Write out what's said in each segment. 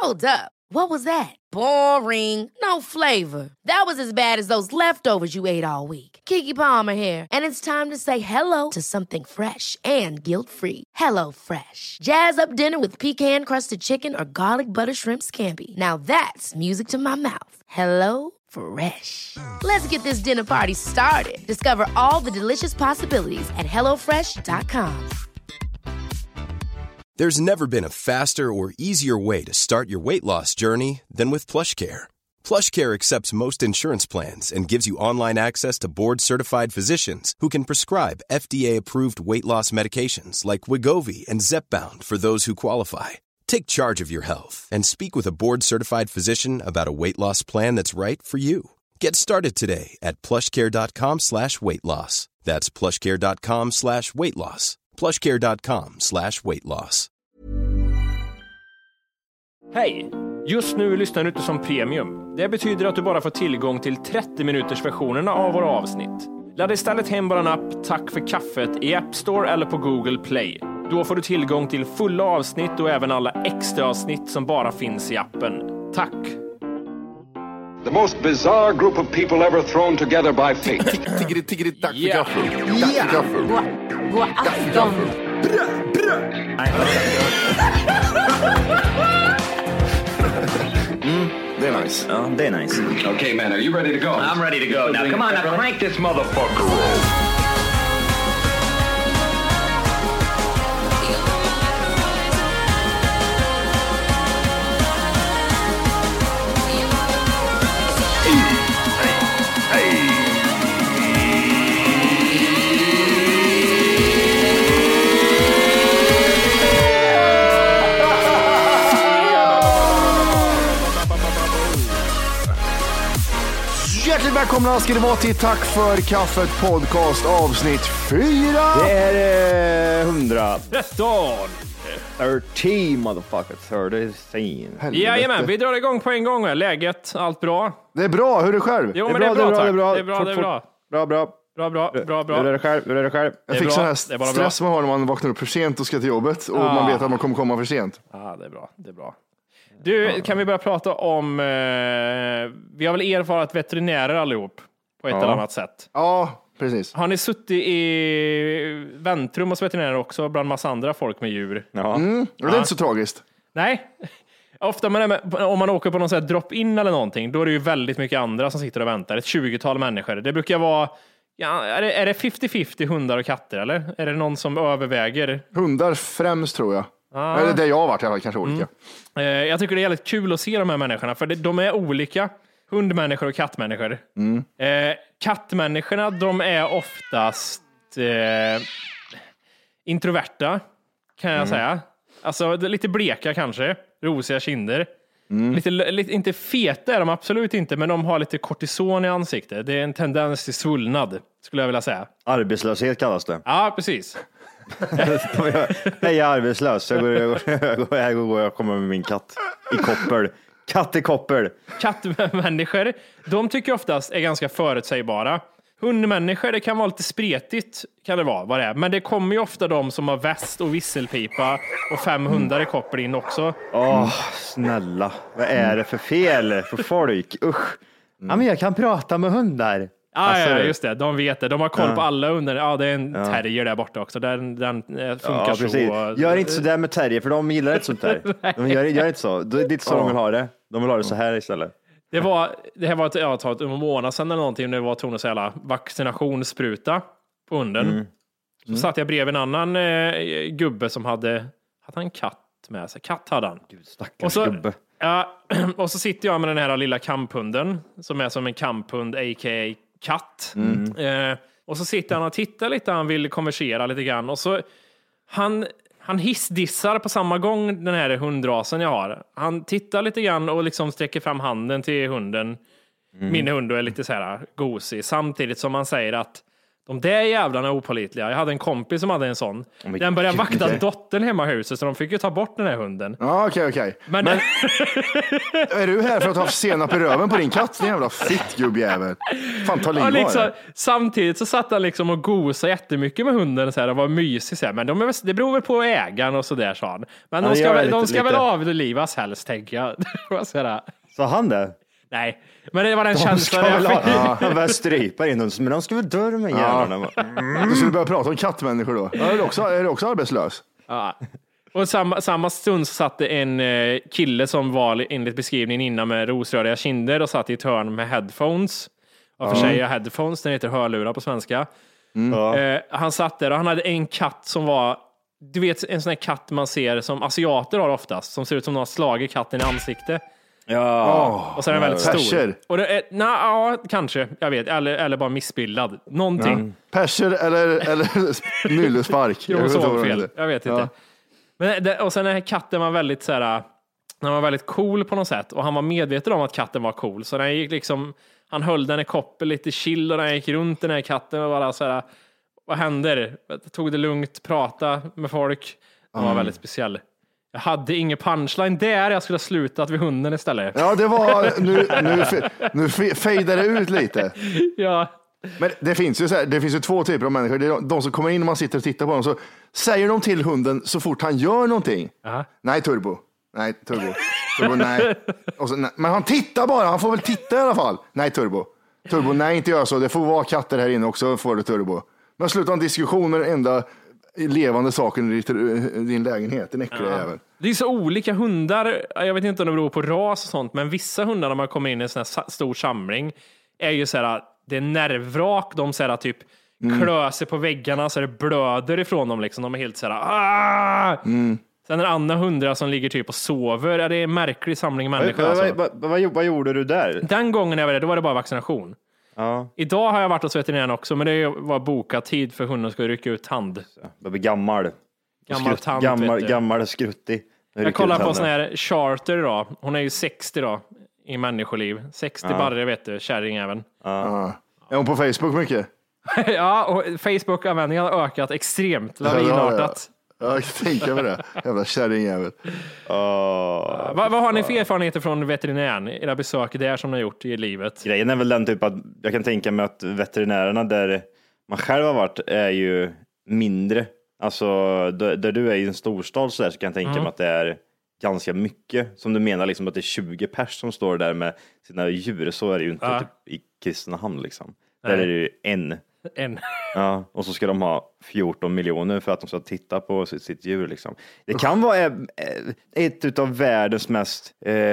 Hold up. What was that? Boring. No flavor. That was as bad as those leftovers you ate all week. Keke Palmer here, and it's time to say hello to something fresh and guilt-free. Hello Fresh. Jazz up dinner with pecan-crusted chicken or garlic butter shrimp scampi. Now that's music to my mouth. Hello Fresh. Let's get this dinner party started. Discover all the delicious possibilities at hellofresh.com. There's never been a faster or easier way to start your weight loss journey than with PlushCare. PlushCare accepts most insurance plans and gives you online access to board-certified physicians who can prescribe FDA-approved weight loss medications like Wegovy and Zepbound for those who qualify. Take charge of your health and speak with a board-certified physician about a weight loss plan that's right for you. Get started today at plushcare.com/weightloss. That's plushcare.com/weightloss. plushcare.com/weightloss. Hej! Just nu lyssnar du inte som premium. Det betyder att du bara får tillgång till 30 minuters versionerna av våra avsnitt. Ladda istället hem bara en app Tack för kaffet i App Store eller på Google Play. Då får du tillgång till fulla avsnitt och även alla extra avsnitt som bara finns i appen. Tack! The most bizarre group of people ever thrown together by fate. Tiggeri, tack för gaffel. Tack för gaffel. God afton. Det är nice. Ja, det är nice. Okay, man, are you ready to go? I'm ready to go. Now, come on, now crank this motherfucker roll. Hjärtligt välkomna ska det vara till Tack för kaffet podcast avsnitt 4. Det är 13! 13 motherfucker, 13. Jajamän, vi drar igång på en gång. Läget, allt bra? Det är bra, hur är det själv? Jo, men det är bra, tack. Det är bra. Bra. Hur är det själv? Jag fick sån här stress man har när man vaknar upp för sent och ska till jobbet och man vet att man kommer komma för sent. Ja, det är bra. Du, kan vi börja prata om... vi har väl erfarat veterinärer allihop på ett eller annat sätt. Ja, precis. Har ni suttit i väntrum hos veterinärer också bland massa andra folk med djur? Ja. Det är inte så tragiskt. Nej. Ofta om man åker på någon sån här drop-in eller någonting, då är det ju väldigt mycket andra som sitter och väntar. Ett 20-tal människor. Det brukar vara... Ja, är det 50-50 hundar och katter, eller? Är det någon som överväger? Hundar främst, tror jag. Eller det jag har varit, kanske olika. Jag tycker det är jävligt kul att se de här människorna, för de är olika. Hundmänniskor och kattmänniskor. Kattmänniskorna, de är oftast introverta, kan jag säga. Alltså lite bleka kanske, rosiga kinder. Lite, inte feta är de absolut inte, men de har lite kortison i ansiktet. Det är en tendens till svullnad, skulle jag vilja säga. Arbetslöshet kallas det. Ja, precis. Jag är arbetslös. Jag kommer med min katt i koppel. Katt i koppel. Kattmänniskor, de tycker oftast är ganska förutsägbara. Hundmänniskor, det kan vara lite spretigt, kan det vara, vad det är. Men det kommer ju ofta de som har väst och visselpipa och 5 hundar i koppel in också. Snälla. Vad är det för fel för folk? Usch. Ja, men jag kan prata med hundar. Ja, just det. De vet det. De har koll på alla hundar. Ja, det är en terrier där borta också. Den funkar så. Gör inte så där med terrier, för de gillar inte sånt där. De gör inte så. Det är inte så de vill ha det. De vill ha det så här istället. Det här var ett månad sedan eller någonting. Det var tvungen att säga vaccinationsspruta på hunden. Så satt jag bredvid en annan gubbe som hade en katt med sig. Katt hade han. Gud, stackars gubbe. Ja, och så sitter jag med den här lilla kamphunden som är som en kamphund, a.k.a. katt. Och så sitter han och tittar lite, han vill konversera lite grann. Och så han hissdissar på samma gång den här hundrasen jag har. Han tittar lite grann och liksom sträcker fram handen till hunden. Min hund är lite så här gosig. Samtidigt som han säger att De där jävlarna är opålitliga. Jag hade en kompis som hade en sån. Den började vakta dottern hemma i huset, så de fick ju ta bort den här hunden. Ja, okej. Men är du här för att ha senap i röven på din katt? Din jävla fittgubbjävel. Fan, ta liv av det. Samtidigt så satt han liksom och gosade jättemycket med hunden så här, och var mysig så här. Men det beror väl på ägaren och så där, sa han. Men de ska väl avlivas helst, tänker jag. Sa han det? Nej, men det var den känslan jag fick. Han började strypa in, men de ska väl dö med hjärnorna. Du skulle börja prata om kattmänniskor då. Är du också arbetslös? Ja. Och samma stund så satt det en kille som var enligt beskrivningen innan med rosröda kinder och satt i ett hörn med headphones. Varför säger jag headphones? Den heter hörlurar på svenska. Han satt där och han hade en katt som var, du vet, en sån här katt man ser som asiater har oftast, som ser ut som någon har slagit katten i ansiktet. Ja. Och så är den väldigt perser. stor. Och det är, kanske, jag vet, eller bara missbildad. Någonting. Perser eller myllespark. Jag vet inte. Men och sen den här katten var väldigt så här, den var väldigt cool på något sätt, och han var medveten om att katten var cool, så den gick liksom, han höll den i koppel lite chill, och den gick runt den här katten och bara så här, vad händer? Jag tog det lugnt, prata med folk. Den var väldigt speciell. Jag hade ingen punchline där, jag skulle ha slutat vid hunden istället. Ja, det var nu fejdar det ut lite. Ja. Men det finns ju två typer av människor. Det är de som kommer in och man sitter och tittar på dem, så säger de till hunden så fort han gör någonting. Nej, Turbo, nej. Och så, nej. Men han tittar bara, han får väl titta i alla fall. Nej, Turbo, nej, inte gör så. Det får vara katter här inne också, får du, Turbo. Men sluta en diskussion med den enda levande saken i din lägenhet, den äckliga jäveln. Det är så olika hundar, jag vet inte om det beror på ras och sånt, men vissa hundar när man kommer in i en sån här stor samling är ju så här, det är nervvrak, de så här, typ klör sig på väggarna så det blöder ifrån dem liksom, de är helt så här. Sen är det andra hundar som ligger typ och sover. Är det en märklig samling människor alltså. Vad gjorde du där? Den gången jag var där, då var det bara vaccination. Idag har jag varit hos veterinären också, men det var bokat tid för hunden ska rycka ut tand. Jag blir gammal skruttig. Jag kollar på sån här charter idag. Hon är ju 60 då i människoliv. 60 barre, vet du, kärring även. Är hon på Facebook mycket? Ja, och Facebook-användningen har ökat extremt lavinartat. Jag tänker med det. Jävla kärringjävel. Vad har ni för erfarenheter från veterinären? Era besök där som ni har gjort i livet? Grejen är väl den typ att jag kan tänka mig att veterinärerna där man själv har varit är ju mindre. Alltså där du är i en storstad så kan jag tänka mig att det är ganska mycket. Som du menar liksom att det är 20 pers som står där med sina djur. Så är det ju inte typ i Kristinehamn liksom. Där är det ju en. Ja, och så ska de ha 14 miljoner för att de ska titta på sitt djur liksom. Det kan vara ett av världens mest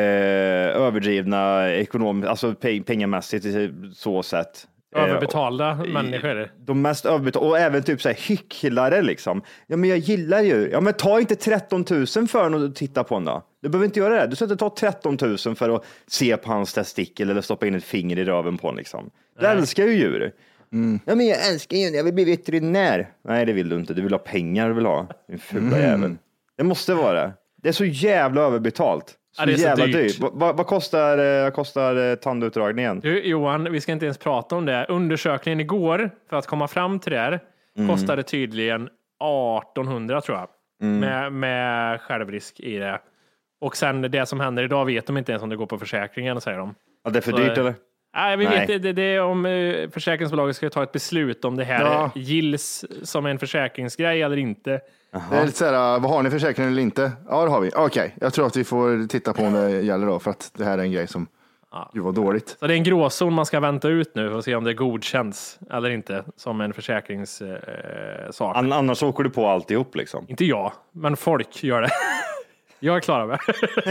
överdrivna ekonomiskt, alltså pengamässigt så sätt. Överbetalda människor. De mest överbetalda, och även typ så här hycklare liksom. Ja, men jag gillar ju. Ja, men ta inte 13 000 för att titta på honom då. Du behöver inte göra det. Du ska inte ta 13 000 för att se på hans testikel eller stoppa in ett finger i röven på honom liksom. Du älskar ju djur. Ja, men jag älskar ju, jag vill bli veterinär. Nej, det vill du inte. Du vill ha pengar, du vill ha. Din fula jäveln. Det måste vara det. Det är så jävla överbetalt. Så det är jävla dyrt. Vad kostar tandutdragningen? Du, Johan, vi ska inte ens prata om det. Undersökningen igår, för att komma fram till det här, kostade tydligen 1800 tror jag. Med självrisk i det. Och sen det som händer idag vet de inte ens om det går på försäkringen, säger de. Ja, det är för dyrt eller? Nej, vi vet det är om försäkringsbolaget ska ta ett beslut om det här gills som en försäkringsgrej eller inte. Det är lite så här, vad har ni försäkring eller inte? Ja, det har vi. Okej, jag tror att vi får titta på om det gäller då, för att det här är en grej som ju var dåligt. Så det är en gråzon man ska vänta ut nu och se om det godkänns eller inte som en försäkringssak. Annars åker du på alltihop liksom? Inte jag, men folk gör det. Jag är klar med.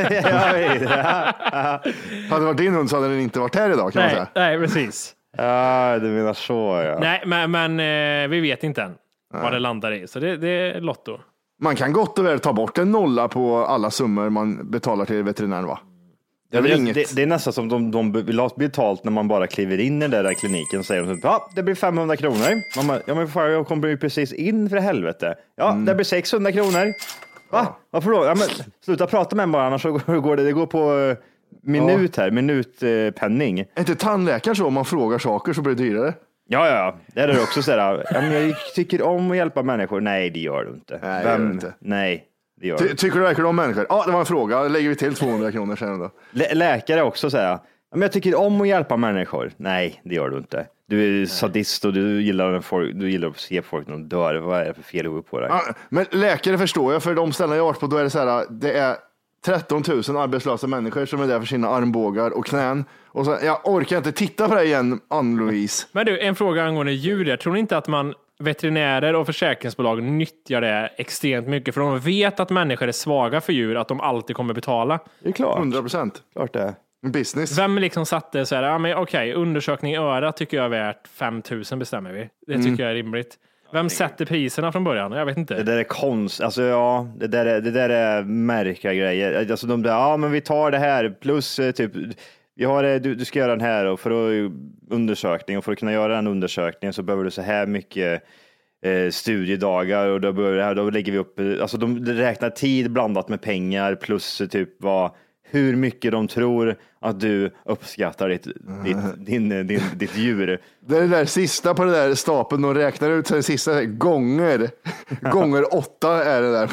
Hade det varit din hund så hade den inte varit här idag, kan man säga. Nej, precis. Ja, du menar så, ja. Nej, men vi vet inte än vad det landar i. Så det är lotto. Man kan gott och väl ta bort en nolla på alla summor man betalar till veterinären, va? Det är nästan som de vill ha betalt när man bara kliver in i den där kliniken och säger ja, det blir 500 kronor. Man bara, ja, men fan, jag kommer ju precis in för helvete. Ja, det blir 600 kronor. Va? Varför då? Ja, men sluta prata med mig bara, annars går det går på minutpenning. Är inte tandläkaren så, om man frågar saker så blir det dyrare? Ja. Det är det också sådär. Jag tycker om att hjälpa människor. Nej, det gör du inte. Nej, det gör du inte. Nej, det gör du inte. Tycker du verkligen om människor? Ja, det var en fråga. Lägger vi till 200 kronor sen då. Läkare också säger men jag tycker om att hjälpa människor. Nej, det gör du inte. Du är sadist och du gillar att se folk när de dör. Vad är det för fel huvud på dig? Ja, men läkare förstår jag, för de ställen jag har varit på, då är det så här, det är 13 000 arbetslösa människor som är där för sina armbågar och knän. Och så, jag orkar inte titta på det igen, Ann-Louise. Men du, en fråga angående djur. Tror ni inte att veterinärer och försäkringsbolag nyttjar det extremt mycket? För de vet att människor är svaga för djur, att de alltid kommer betala. Det är klart. 100%. Klart det är. Business. Vem liksom satte så här, men okej, undersökning i öra tycker jag är värt 5 000 bestämmer vi. Det tycker jag är rimligt. Vem sätter priserna från början? Jag vet inte. Det där är konst. Alltså det där är märkliga grejer. Alltså de där, men vi tar det här plus typ, vi har du ska göra den här och för att undersökning och för att kunna göra den undersökningen så behöver du så här mycket studiedagar och då lägger vi upp, alltså de räknar tid blandat med pengar plus typ hur mycket de tror att du uppskattar ditt djur. Det är det där sista på det där stapeln de räknar ut, så den sista gånger 8 är det där.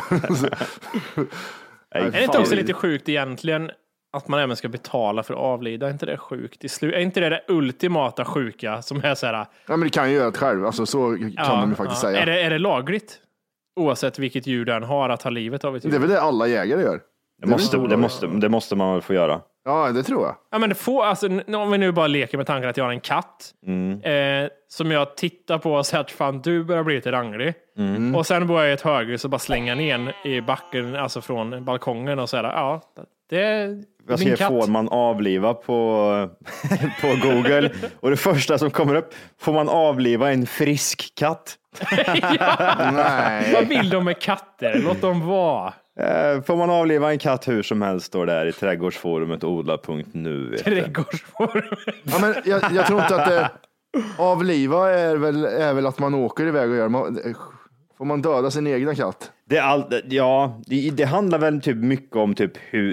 Är det inte också lite sjukt egentligen att man även ska betala för att avlida? Är inte det sjukt? Är inte det ultimata sjuka som är så här? Ja, men det kan ju göra det själv. Alltså, så kan de ju faktiskt säga. Är det lagligt? Oavsett vilket djur den har att ta livet av ett djur? Det är väl det alla jägare gör. Det måste man väl få göra. Ja, det tror jag. Ja, men alltså, om vi nu bara leker med tanken att jag har en katt som jag tittar på och säger att fan, du börjar bli lite ranglig. Och sen bor jag i ett höghus och bara slänga ner i backen, alltså från balkongen och säga det är min katt. Får man avliva på Google och det första som kommer upp, får man avliva en frisk katt? Nej. Vad vill de med katter? Låt dem vara. Får man avliva en katt hur som helst står där i trädgårdsforumet odla.nu. Trädgårdsforumet. Ja, men jag tror inte att avliva är väl att man åker iväg och gör. Får man döda sin egna katt? Det handlar väl typ mycket om typ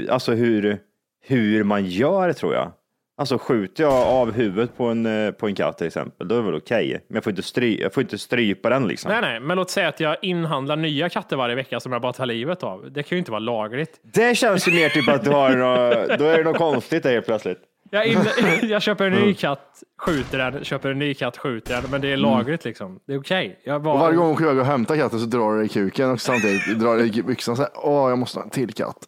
hur man gör, tror jag. Alltså skjuter jag av huvudet på en katt till exempel, då är det väl okej. Men jag får inte strypa den liksom. Nej, men låt säga att jag inhandlar nya katter varje vecka som jag bara tar livet av. Det kan ju inte vara lagligt. Det känns ju mer typ att då är det något konstigt där helt plötsligt. Jag köper en ny katt, skjuter den, köper en ny katt, skjuter den, men det är lagligt liksom. Det är okej. Och varje gång jag går och hämtar katten så drar det i kuken och samtidigt drar det i byxan så här, jag måste ha en till katt.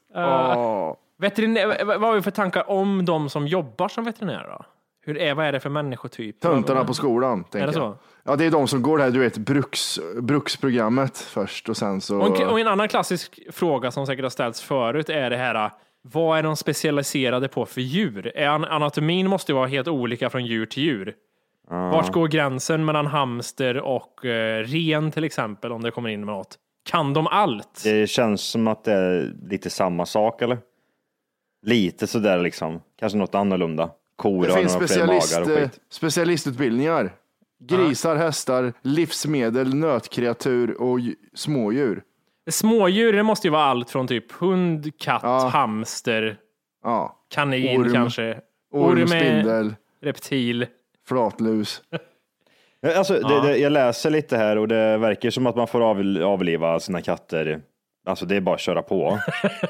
Vad har vi för tankar om de som jobbar som veterinärer då? Vad är det för människotyp? Töntarna på skolan, tänker jag. Så? Ja, det är de som går det här, du vet, bruksprogrammet först och sen så... Och en annan klassisk fråga som säkert har ställts förut är det här, vad är de specialiserade på för djur? Anatomin måste vara helt olika från djur till djur. Vart går gränsen mellan hamster och ren till exempel, om det kommer in med något? Kan de allt? Det känns som att det är lite samma sak, eller? Lite sådär liksom. Kanske något annorlunda. Det finns specialistutbildningar. Grisar, hästar, livsmedel, nötkreatur och smådjur. Smådjur, det måste ju vara allt från typ hund, katt, hamster, kanin kanske. Orm, spindel, reptil, flatlus. Alltså, jag läser lite här och det verkar som att man får avliva sina katter. Alltså det är bara att köra på.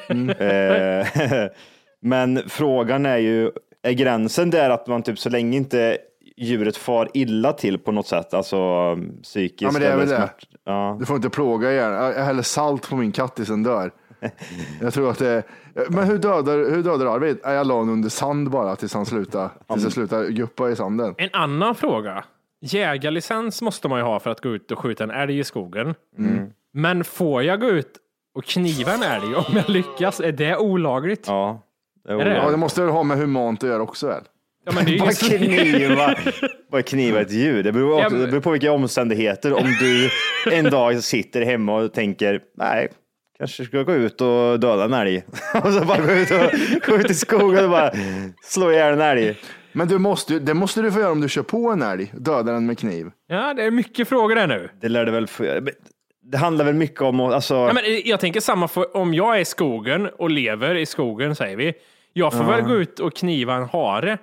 Men frågan är ju, är gränsen där att man typ så länge inte djuret far illa till på något sätt, alltså psykiskt? Ja, men det är väl det. Ja. Du får inte plåga igen. Jag häller salt på min katt tills den dör. Jag tror att det. Men hur dödar Arvid? Jag la honom under sand bara tills han slutar guppa i sanden. En annan fråga. Jägarlicens måste man ju ha för att gå ut och skjuta en älg i skogen. Men får jag gå ut och kniva en älg om jag lyckas? Är det olagligt? Ja. Det måste du ha med humant att göra också väl? Ja, men det är bara kniva ett djur. Det beror på vilka omständigheter. Om du en dag sitter hemma och tänker, nej, kanske ska jag gå ut och döda en älg. Och så bara gå ut i skogen och bara slå ihjäl en älg. Men det måste du få göra om du kör på en älg. Döda den med kniv. Ja, det är mycket frågor där nu. Det lär det väl få göra. Det handlar väl mycket om alltså... Ja, men jag tänker samma om jag är i skogen och lever i skogen, säger vi. Jag får väl gå ut och kniva en hare.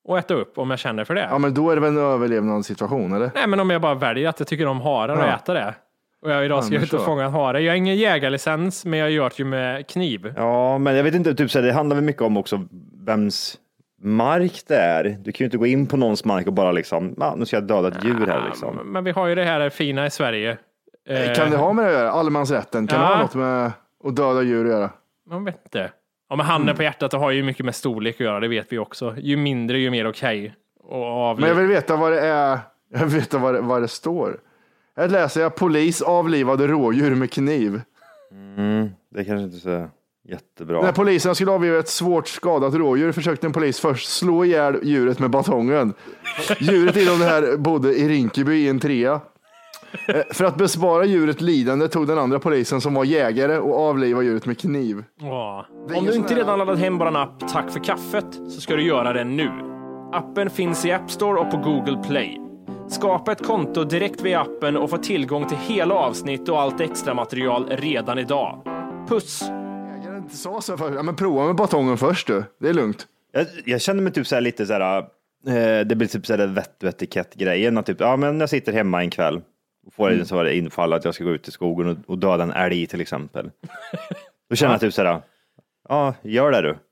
och äta upp om jag känner för det. Ja, men då är det väl en överlevnadssituation, eller? Nej, men om jag bara väljer att jag tycker om harar och äta det. Och jag idag ska ut och fånga en hare. Jag har ingen jägarlicens, men jag gör det ju med kniv. Ja, men jag vet inte, typ så här, det handlar väl mycket om också vems mark det är. Du kan ju inte gå in på någons mark och bara liksom, nu ska jag döda ett djur här liksom. Men vi har ju det här fina i Sverige. Kan det ha med det att göra? Allemansrätten? Kan det ha något med att döda djur att göra? Man vet inte. Ja, men handen på hjärtat har ju mycket med storlek att göra, det vet vi också. Ju mindre, ju mer okej. Men jag vill veta vad det är. Jag vill veta vad det står. Här läser jag: polis avlivade rådjur med kniv. Det kanske inte är så jättebra. När polisen skulle avliva ett svårt skadat rådjur försökte en polis först slå ihjäl djuret med batongen. Djuret inom det här bodde i Rinkeby i en trea. För att bespara djuret lidande tog den andra polisen, som var jägare, och avliva djuret med kniv. Om du inte redan laddat hem vår app Tack för kaffet, så ska du göra det nu. Appen finns i App Store och på Google Play. Skapa ett konto direkt via appen och få tillgång till hela avsnitt och allt extra material redan idag. Puss! Jag inte sa så först. Ja, men prova med batongen först du. Det är lugnt. Jag känner mig typ så här lite så här, det blir typ så här vett och etikett-grejen. Typ, ja, men jag sitter hemma en kväll och får en så här infall att jag ska gå ut i skogen och döda en älg till exempel. Då känner jag typ så här, ja, gör det du.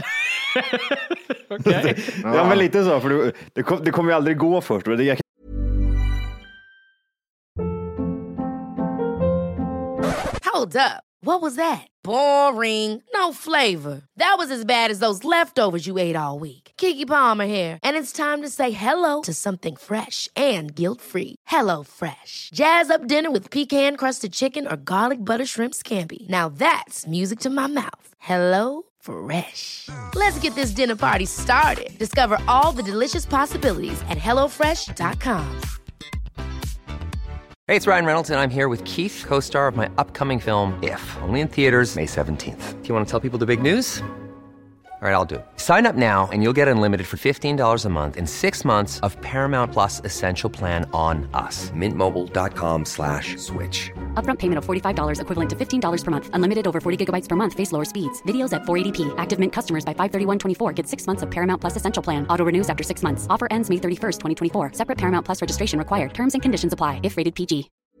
Okay. Ja, men lite så, för det kommer ju aldrig gå först. Men Hold up. What was that? Boring. No flavor. That was as bad as those leftovers you ate all week. Keke Palmer here, and it's time to say hello to something fresh and guilt-free. Hello Fresh. Jazz up dinner with pecan-crusted chicken or garlic butter shrimp scampi. Now that's music to my mouth. Hello Fresh. Let's get this dinner party started. Discover all the delicious possibilities at hellofresh.com. Hey, it's Ryan Reynolds, and I'm here with Keith, co-star of my upcoming film, If, only in theaters May 17th. Do you want to tell people the big news? All right, I'll do it. Sign up now and you'll get unlimited for $15 a month and 6 months of Paramount Plus Essential Plan on us. MintMobile.com/switch. Upfront payment of $45 equivalent to $15 per month. Unlimited over 40 gigabytes per month. Face lower speeds. Videos at 480p. Active Mint customers by 531.24 get 6 months of Paramount Plus Essential Plan. Auto renews after 6 months. Offer ends May 31st, 2024. Separate Paramount Plus registration required. Terms and conditions apply if rated PG.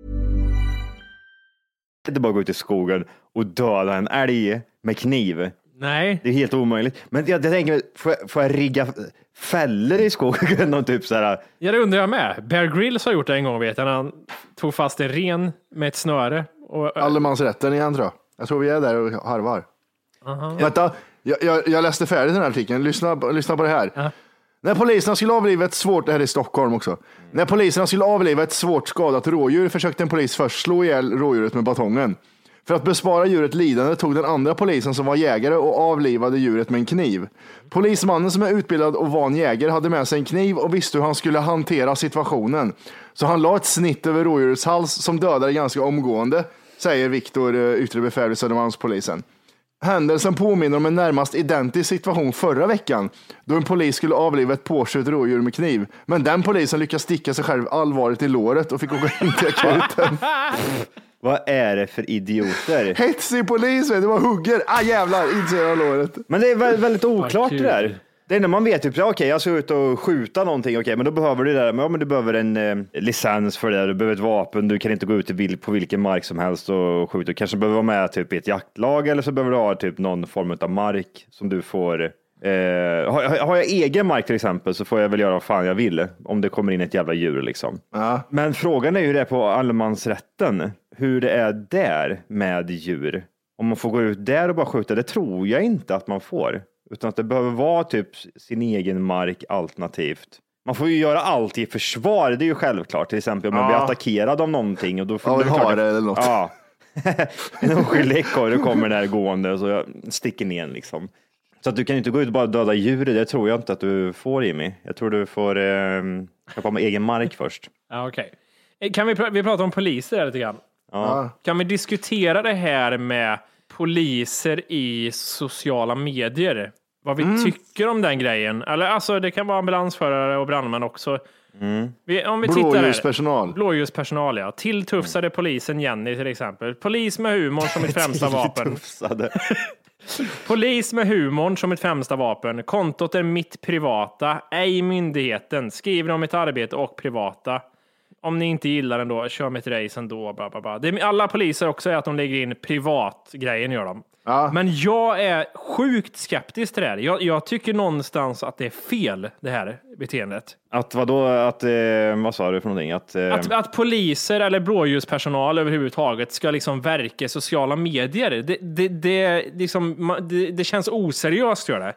inte bara gå ut i skogen och döda en älg med kniv. Nej. Det är helt omöjligt. Men jag tänker, får jag rigga fällor i skogen och typ så här? Ja, det undrar jag med. Bear Grylls har gjort det en gång, vet jag. Han tog fast en ren med ett snöre. Och... Allemansrätten igen, tror jag. Jag tror vi är där och harvar. Vänta, jag läste färdigt den här artikeln. Lyssna på det här. När poliserna skulle avliva ett svårt, det här är i Stockholm också. När poliserna skulle avliva ett svårt skadat rådjur försökte en polis först slå ihjäl rådjuret med batongen. För att bespara djuret lidande tog den andra polisen som var jägare och avlivade djuret med en kniv. Polismannen som är utbildad och van jägare hade med sig en kniv och visste hur han skulle hantera situationen. Så han la ett snitt över rådjurets hals som dödade ganska omgående, säger Viktor, yttre befäl vid Södermalmspolisen. Händelsen påminner om en närmast identisk situation förra veckan då en polis skulle avliva ett påskjutet rådjur med kniv. Men den polisen lyckades sticka sig själv allvarligt i låret och fick åka in till akuten. Vad är det för idioter? Hetsig polis, det var hugger. Jävlar, insidan av låret. Men det är väldigt oklart det där. Det är när man vet typ, okej, jag ska ut och skjuta någonting, okej, men då behöver du det där. Men du behöver en licens för det, du behöver ett vapen, du kan inte gå ut på vilken mark som helst och skjuta. Du kanske behöver vara med typ i ett jaktlag, eller så behöver du ha typ någon form av mark som du får. Har jag egen mark till exempel så får jag väl göra vad fan jag vill om det kommer in ett jävla djur liksom. Men frågan är ju det på allemansrätten, hur det är där med djur. Om man får gå ut där och bara skjuta, det tror jag inte att man får. Utan att det behöver vara typ sin egen mark alternativt. Man får ju göra allt i försvar, det är ju självklart. Till exempel om man blir attackerad av någonting. Och då får du ha det eller något. Ja. En oskyldig ekorre kommer där gående och så jag sticker ner liksom. Så att du kan inte gå ut och bara döda djur, det tror jag inte att du får, Jimmy. Jag tror du får köpa med egen mark först. Ja, okej. Kan vi prata om poliser här lite grann? Ja. Kan vi diskutera det här med poliser i sociala medier? Vad vi tycker om den grejen. Eller alltså, det kan vara ambulansförare och brandmän också. Om vi blåljuspersonal. Blåljuspersonal, ja. Tilltufsade polisen Jenny till exempel. Polis med humor som ett främsta vapen. Polis med humorn som ett främsta vapen. Kontot är mitt privata, ej myndigheten. Skriver om mitt arbete och privata. Om ni inte gillar den då, kör mitt race ändå. Bla bla bla. Det alla poliser också är att de lägger in privatgrejen, gör de. Ja. Men jag är sjukt skeptisk till det här. Jag tycker någonstans att det är fel, det här beteendet. Att vadå? Vad sa du för någonting? Att poliser eller blåljuspersonal överhuvudtaget ska liksom verka i sociala medier. Det känns oseriöst, gör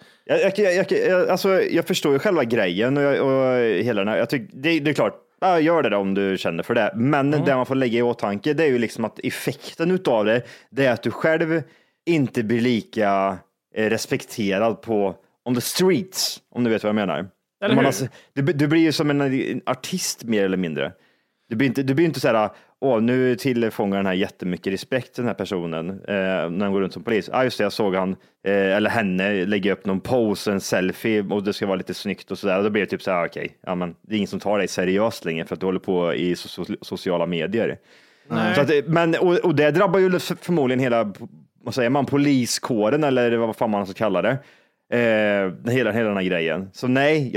det. Jag förstår ju själva grejen och hela den här. Jag tycker, det är klart. Ja, gör det då om du känner för det. Men det man får lägga i åtanke, det är ju liksom att effekten utav det är att du själv inte blir lika respekterad på on the streets, om du vet vad jag menar. Du blir ju som en artist mer eller mindre. Du blir inte så här, nu tillfångar den här jättemycket respekt den här personen när han går runt som polis. Just det, jag såg han eller henne lägga upp någon pose, en selfie och det ska vara lite snyggt och sådär. Och då blir det typ så här, okej, men det är ingen som tar dig seriöst längre för att du håller på i sociala medier. Så att, och det drabbar ju förmodligen hela, vad säger man, poliskåren eller vad fan man ska kalla det. Hela den här grejen. Så nej,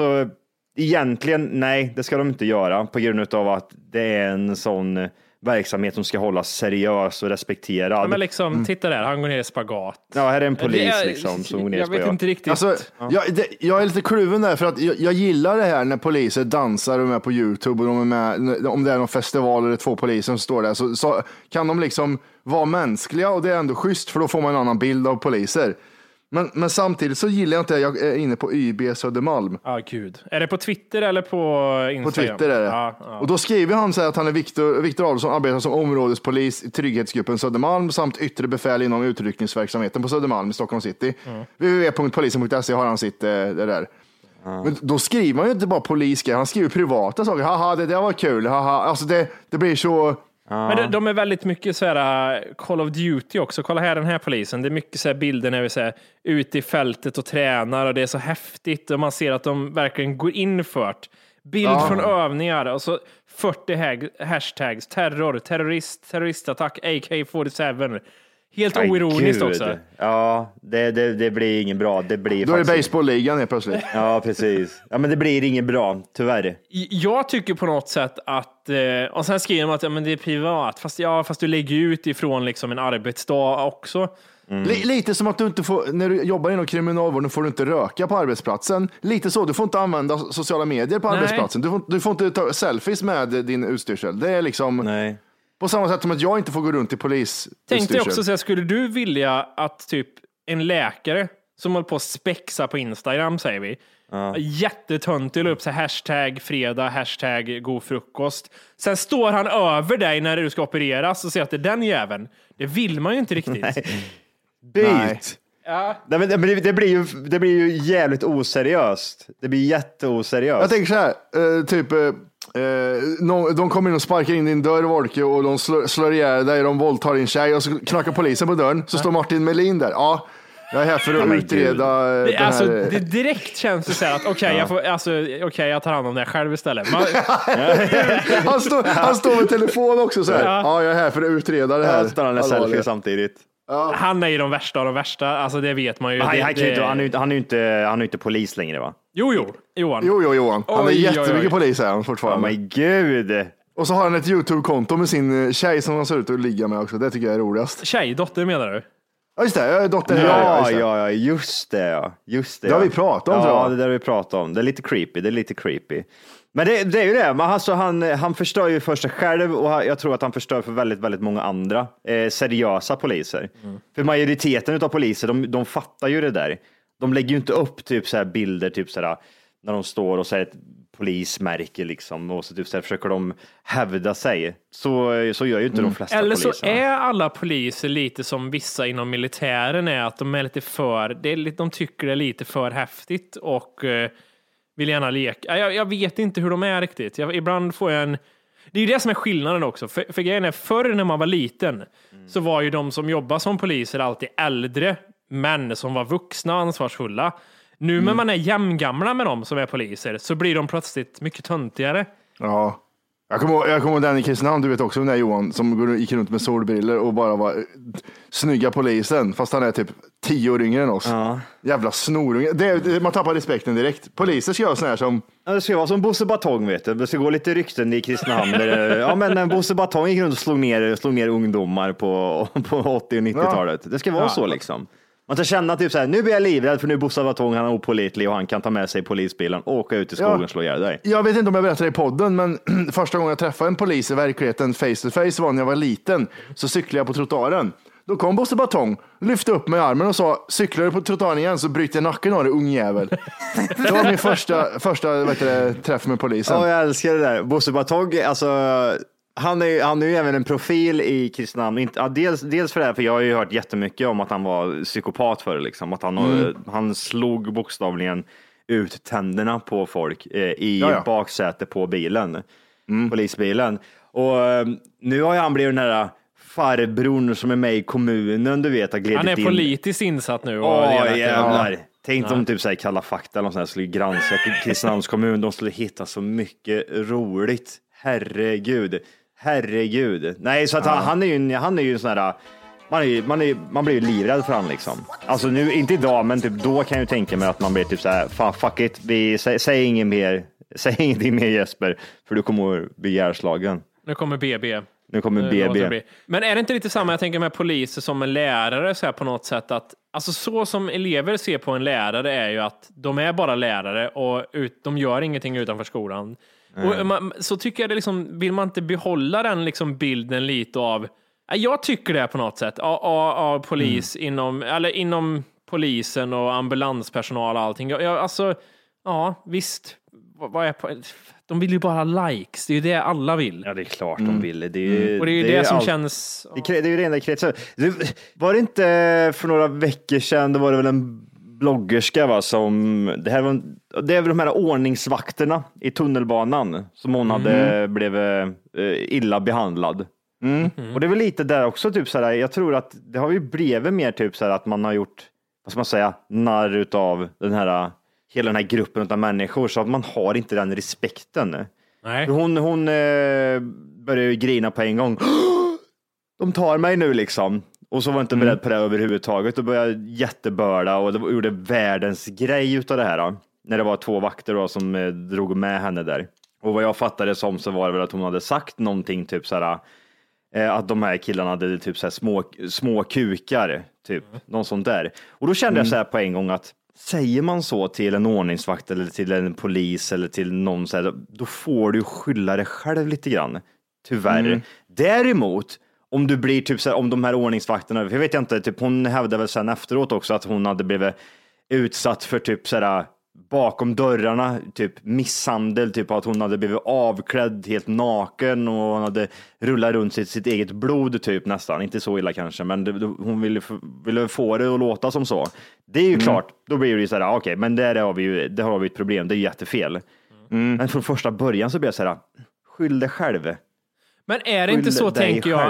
egentligen nej, det ska de inte göra på grund av att det är en sån verksamhet som ska hållas seriös och respekterad. Ja, men liksom, titta där, han går ner i spagat. Ja, här är en polis som går ner i spagat. Jag vet inte riktigt. Alltså, jag är lite kluven där för att jag gillar det här när poliser dansar och är med på YouTube och de är med, om det är någon festival eller 2 poliser som står där så kan de liksom vara mänskliga och det är ändå schysst för då får man en annan bild av poliser. Men samtidigt så gillar jag inte, jag är inne på YB Södermalm. Gud. Är det på Twitter eller på Instagram? På Twitter är det. Och då skriver han så här att han är Viktor Adolfsson, arbetar som områdespolis i trygghetsgruppen Södermalm samt yttre befäl inom utryckningsverksamheten på Södermalm i Stockholm city. www.polisen.se har han sitt det där. Men då skriver han ju inte bara polisgrejer, han skriver privata saker. Haha, det där var kul. Haha. Alltså det blir så... Men de är väldigt mycket så här Call of Duty också. Kolla här, den här polisen. Det är mycket så här bilder när vi är ute i fältet och tränar och det är så häftigt och man ser att de verkligen går in för bild från övningar och så 40 hashtags, terror, terroristattack, AK-47. Helt oironiskt också. Ja, det blir ingen bra. Det blir då är det baseballligan helt plötsligt. Ja, precis. Ja, men det blir ingen bra, tyvärr. Jag tycker på något sätt att, och sen skriver man att men det är privat, fast du lägger ut ifrån liksom en arbetsdag också. Lite som att du inte får, när du jobbar inom kriminalvården får du inte röka på arbetsplatsen. Lite så, du får inte använda sociala medier på arbetsplatsen. Du får inte ta selfies med din utstyrsel. Det är liksom... Nej. På samma sätt som att jag inte får gå runt i polis. Tänkte jag också säga, skulle du vilja att typ en läkare som håller på att spexa på Instagram, säger vi, jättetöntig, upp så hashtag fredag, hashtag god frukost. Sen står han över dig när du ska opereras och säger att det är den jäveln. Det vill man ju inte riktigt. Byt. Ja. Det blir ju jävligt oseriöst. Det blir jätteoseriöst. Jag tänker så här, de kommer in och sparkar in din dörr, Volke, och de slår ihjäl dig, de våldtar din tjej och så knackar polisen på dörren, så står Martin Melin där. Ja, jag är här för att utreda det här. Alltså, det direkt känns det så här att jag tar hand om det själv istället. Han står med telefon också så här. Ja, jag är här för att utreda det här. Han står en selfie samtidigt. Ja. Han är ju de värsta av de värsta, alltså det vet man ju. Han är inte polis längre, va? Jo, Johan. Han är jättemycket polis här fortfarande. Oh my gud. Och så har han ett YouTube-konto med sin tjej som han ser ut att ligga med också. Det tycker jag är roligast. Dotter menar du? Ja, just det. Jag är dotter. Ja, just det. Det har vi pratat om, tror jag. Ja, det där vi pratat om. Det är lite creepy. Men det är ju det. Men alltså, han förstör ju för sig själv och jag tror att han förstör för väldigt, väldigt många andra seriösa poliser. För majoriteten av poliser, de fattar ju det där. De lägger ju inte upp typ så här bilder typ så här, när de står och säger ett polismärke liksom, och så typ så här, försöker de hävda sig. Så gör ju inte de flesta eller poliser. Så är alla poliser lite som vissa inom militären är, att de är lite de tycker det är lite för häftigt och vill gärna leka. Jag vet inte hur de är riktigt. Ibland får jag det är ju det som är skillnaden också. För grejen är, förr när man var liten så var ju de som jobbar som poliser alltid äldre män som var vuxna och ansvarsfulla. Nu när man är jämngamla med dem som är poliser så blir de plötsligt mycket töntigare. Ja. Jag kommer ihåg den i Kristinehamn, du vet också om det är Johan, som gick runt med solbriller och bara var snygga polisen, fast han är typ 10 år yngre än oss. Jävla snorunge. Man tappar respekten direkt. Poliser ska göra sån här som... Ja, det ska vara som Bosse Batong, vet du. Det ska gå lite rykten i Kristinehamn. Men Bosse Batong gick runt och slog ner ungdomar på 80- och 90-talet. Det ska vara så liksom. Man ska känna typ så här, nu blir jag livrädd för nu Bosse Batong, han är opålitlig och han kan ta med sig polisbilen och åka ut i skogen och slå ihjäl dig. Jag vet inte om jag berättade i podden, men första gången jag träffade en polis i verkligheten face to face var när jag var liten. Så cyklade jag på trottoaren. Då kom Bosse Batong, lyfte upp mig i armen och sa, cyklar du på trottoaren igen så bryter jag nacken av dig, ungjävel. Det var min första träff med polisen. Ja, jag älskar det där. Bosse Batong, alltså... Han är ju även en profil i Kristinehamn. Dels för det här, för jag har ju hört jättemycket om att han var psykopat för det, liksom. Att han slog bokstavligen ut tänderna på folk i baksätet på bilen, polisbilen. Och nu har han blivit den här farbrorn som är med i kommunen, du vet. Han är politiskt insatt nu. Jävlar. Tänk om typ såhär Kalla fakta eller något sånt skulle granska Kristinehamns kommun. De skulle hitta så mycket roligt. Herregud. Nej, så att han är ju en sån här, man blir ju livrädd för han liksom. Alltså nu, inte idag, men typ då kan jag ju tänka mig att man blir typ så här, fan, fuck it, säg ingenting mer Jesper, för du kommer att bli ihjälslagen. Nu kommer BB. Men är det inte lite samma, jag tänker med poliser som en lärare så här, på något sätt, att alltså så som elever ser på en lärare är ju att de är bara lärare och de gör ingenting utanför skolan. Och så tycker jag det liksom, vill man inte behålla den liksom bilden lite av, jag tycker det på något sätt av polis inom polisen och ambulanspersonal och allting. Visst, de vill ju bara ha likes, det är ju det alla vill. Ja, det är klart de vill. Och det är ju det som känns... Det är ju det enda kretsen. Var det inte för några veckor sedan, då var det väl en bloggerska, va, som det är väl de här ordningsvakterna i tunnelbanan som hon hade blivit illa behandlad. Och det är väl lite där också typ så här, jag tror att det har ju blivit mer typ så här att man har gjort, vad ska man säga, narr utav hela den här gruppen av människor, så att man har inte den respekten. Nej. Hon började ju grina på en gång. De tar mig nu liksom. Och så var jag inte beredd på det överhuvudtaget. Och började jättebörda och det gjorde världens grej utav det här. Då. När det var 2 vakter då, som drog med henne där. Och vad jag fattade som, så var det väl att hon hade sagt någonting typ såhär, att de här killarna hade typ såhär små kukar. Typ, någon sånt där. Och då kände jag så här på en gång att säger man så till en ordningsvakt eller till en polis eller till någon så här, då får du skylla dig själv lite grann. Tyvärr. Däremot om du blir typ så här, om de här ordningsvakterna, för jag vet inte, typ hon hävdade väl sen efteråt också att hon hade blivit utsatt för typ så här bakom dörrarna, typ misshandel, typ att hon hade blivit avklädd helt naken och hon hade rullat runt sitt eget blod typ nästan, inte så illa kanske, men hon ville få det att låta som så. Det är ju klart, då blir det ju så här, okej, men där har vi ett problem, det är jättefel. Men från första början så blir jag så här, skyll dig själv. Men är det inte så, tänker jag,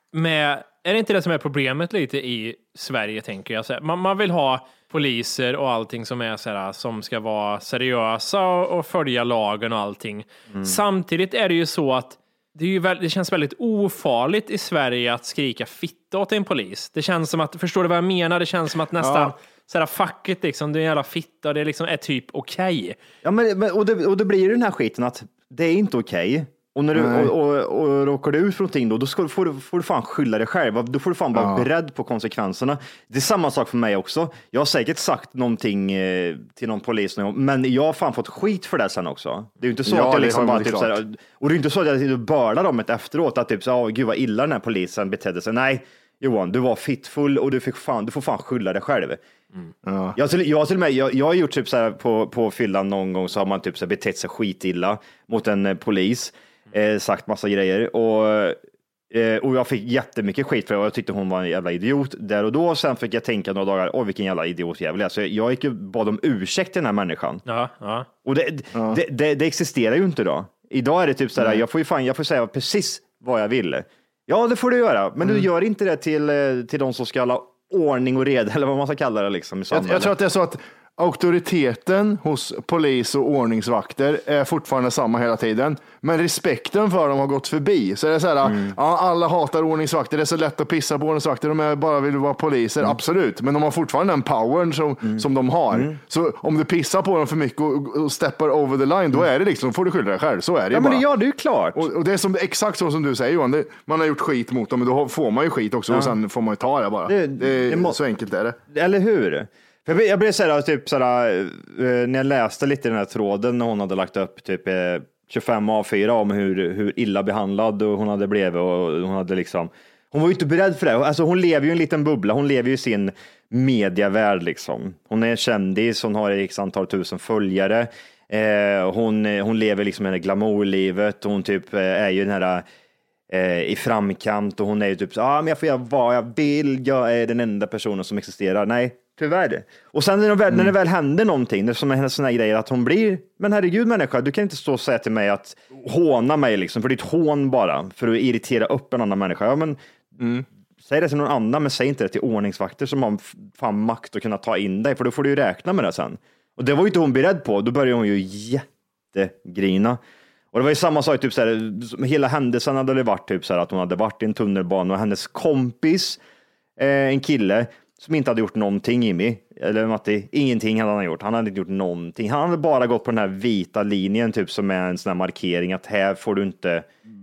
är det inte det som är problemet lite i Sverige, tänker jag? Man vill ha poliser och allting som är så här, som ska vara seriösa och följa lagen och allting. Samtidigt är det ju så att det känns väldigt ofarligt i Sverige att skrika fitta åt en polis. Det känns som att, förstår du vad jag menar? Det känns som att nästan så här, fuck it, liksom, det är en jävla fitta, det liksom är typ okej. Ja, men och det blir ju den här skiten att det är inte okej. Och när du och råkar du ut för någonting då får du fan skylla dig själv. Då får du fan vara beredd på konsekvenserna. Det är samma sak för mig också. Jag har säkert sagt någonting till någon polis någon gång, men jag har fan fått skit för det sen också. Det är ju inte så att jag liksom bara typ så här, och det är inte så att jag bördar dem efteråt att typ så, gud vad illa den här polisen betedde sig. Nej, Johan, du var fittfull och du får fan skylla dig själv. Jag har gjort typ så här på fyllan någon gång, så har man typ så här betett sig skitilla mot en polis. Sagt massa grejer och jag fick jättemycket skit för det. Jag tyckte hon var en jävla idiot där och då. Sen fick jag tänka några dagar, vilken jävla idiot jävla. Så jag gick och bad om ursäkt till den här människan. Och det existerar ju inte då. Idag är det typ sådär, jag får säga precis vad jag vill. Ja, det får du göra, men du gör inte det till de som ska ha ordning och reda, eller vad man ska kalla det liksom, i samhället. Jag tror att det är så att auktoriteten hos polis och ordningsvakter är fortfarande samma hela tiden, men respekten för dem har gått förbi. Så det är så här, ja, alla hatar ordningsvakter, det är så lätt att pissa på ordningsvakter, de är bara vill vara poliser, absolut, men de har fortfarande den powern som de har. Så om du pissar på dem för mycket och steppar over the line, då är det liksom, får du skylla dig själv, så är det ju bara. Men det är ju klart. Och det är exakt så som du säger, Johan, man har gjort skit mot dem, men då får man ju skit också, och sen får man ju ta det bara. Så enkelt är det. Eller hur? Jag blev såhär, typ såhär, när jag läste lite i den här tråden när hon hade lagt upp typ 25 A4 om hur illa behandlad och hon hade blivit, och hon hade liksom, hon var ju inte beredd för det. Alltså hon lever ju i en liten bubbla, hon lever ju i sin mediavärld liksom. Hon är kändis, hon har x antal tusen följare. Hon lever liksom i det glamourlivet, hon typ är ju den här i framkant, och hon är ju typ men jag får göra vad jag vill, jag är den enda personen som existerar. Nej, tyvärr. Och sen när det väl händer någonting, det är som en sån här grej att hon blir, men herregud människa, du kan inte stå och säga till mig att håna mig liksom, för ditt hån bara, för att irritera upp en annan människa. Ja, men säg det till någon annan, men säg inte det till ordningsvakter som har fan makt att kunna ta in dig, för då får du ju räkna med det sen. Och det var ju inte hon beredd på, då började hon ju jättegrina. Och det var ju samma sak, typ såhär, hela händelsen hade det varit typ såhär, att hon hade varit i en tunnelbana och hennes kompis, en kille som inte hade gjort någonting, Jimmy, eller Matti, ingenting hade han gjort. Han hade inte gjort någonting. Han hade bara gått på den här vita linjen typ, som är en sån här markering att här får du inte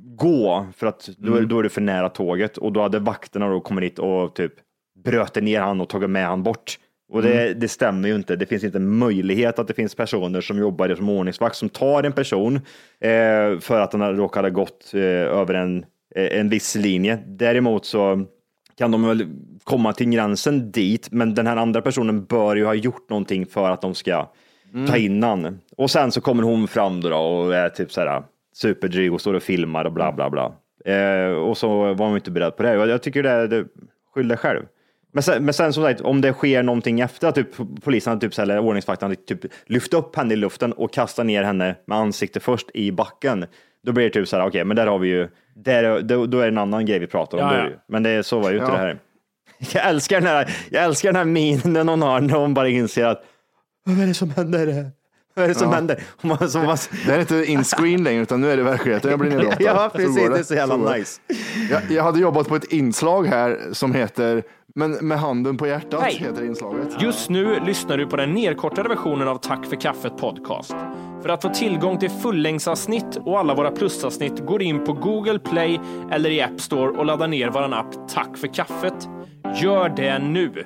gå, för att då är du för nära tåget. Och då hade vakterna då kommit dit och typ bröt ner han och tagit med han bort. Och det stämmer ju inte. Det finns inte möjlighet att det finns personer som jobbar som ordningsvakt som tar en person för att den råkade gått över en viss linje. Däremot så kan de väl komma till gränsen dit, men den här andra personen bör ju ha gjort någonting för att de ska ta innan. Och sen så kommer hon fram då och är typ såhär superdryg och står och filmar och bla bla bla. Och så var hon inte beredd på det. Jag tycker det skyller själv. Men sen som sagt, om det sker någonting efter att typ polisen typ, eller ordningsvakten typ lyft upp henne i luften och kastar ner henne med ansiktet först i backen, då blir det typ så här, okej, men där har vi ju, då är det en annan grej vi pratar om. Ja. Men det så var ju inte det här. Jag älskar den här minen hon har när hon bara inser att vad är det som händer? Vad är det som händer? Det är inte in-screen längre, utan nu är det verkligheten. Jag blir nedlåtad. Ja, precis. Det är så jävla nice. Jag hade jobbat på ett inslag här som heter Men med handen på hjärtat, heter inslaget. Just nu lyssnar du på den nedkortade versionen av Tack för kaffet podcast. För att få tillgång till fullängdsavsnitt och alla våra plusavsnitt går in på Google Play eller i App Store och laddar ner våran app Tack för kaffet. Gör det nu!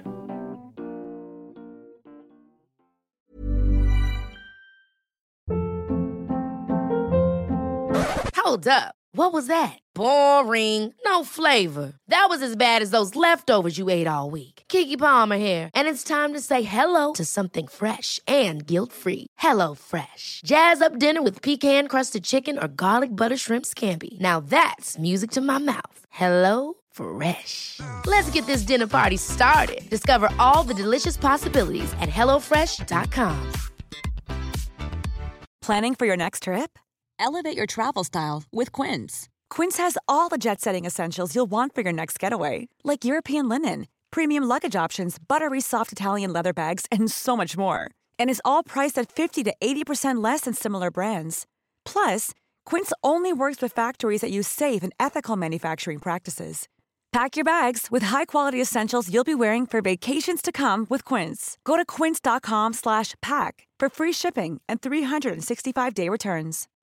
Hold up. What was that? Boring. No flavor. That was as bad as those leftovers you ate all week. Keke Palmer here, and it's time to say hello to something fresh and guilt-free. Hello Fresh. Jazz up dinner with pecan-crusted chicken or garlic butter shrimp scampi. Now that's music to my mouth. Hello Fresh. Let's get this dinner party started. Discover all the delicious possibilities at hellofresh.com. Planning for your next trip? Elevate your travel style with Quince. Quince has all the jet-setting essentials you'll want for your next getaway, like European linen, premium luggage options, buttery soft Italian leather bags, and so much more. And is all priced at 50 to 80% less than similar brands. Plus, Quince only works with factories that use safe and ethical manufacturing practices. Pack your bags with high-quality essentials you'll be wearing for vacations to come with Quince. Go to quince.com/pack for free shipping and 365-day returns.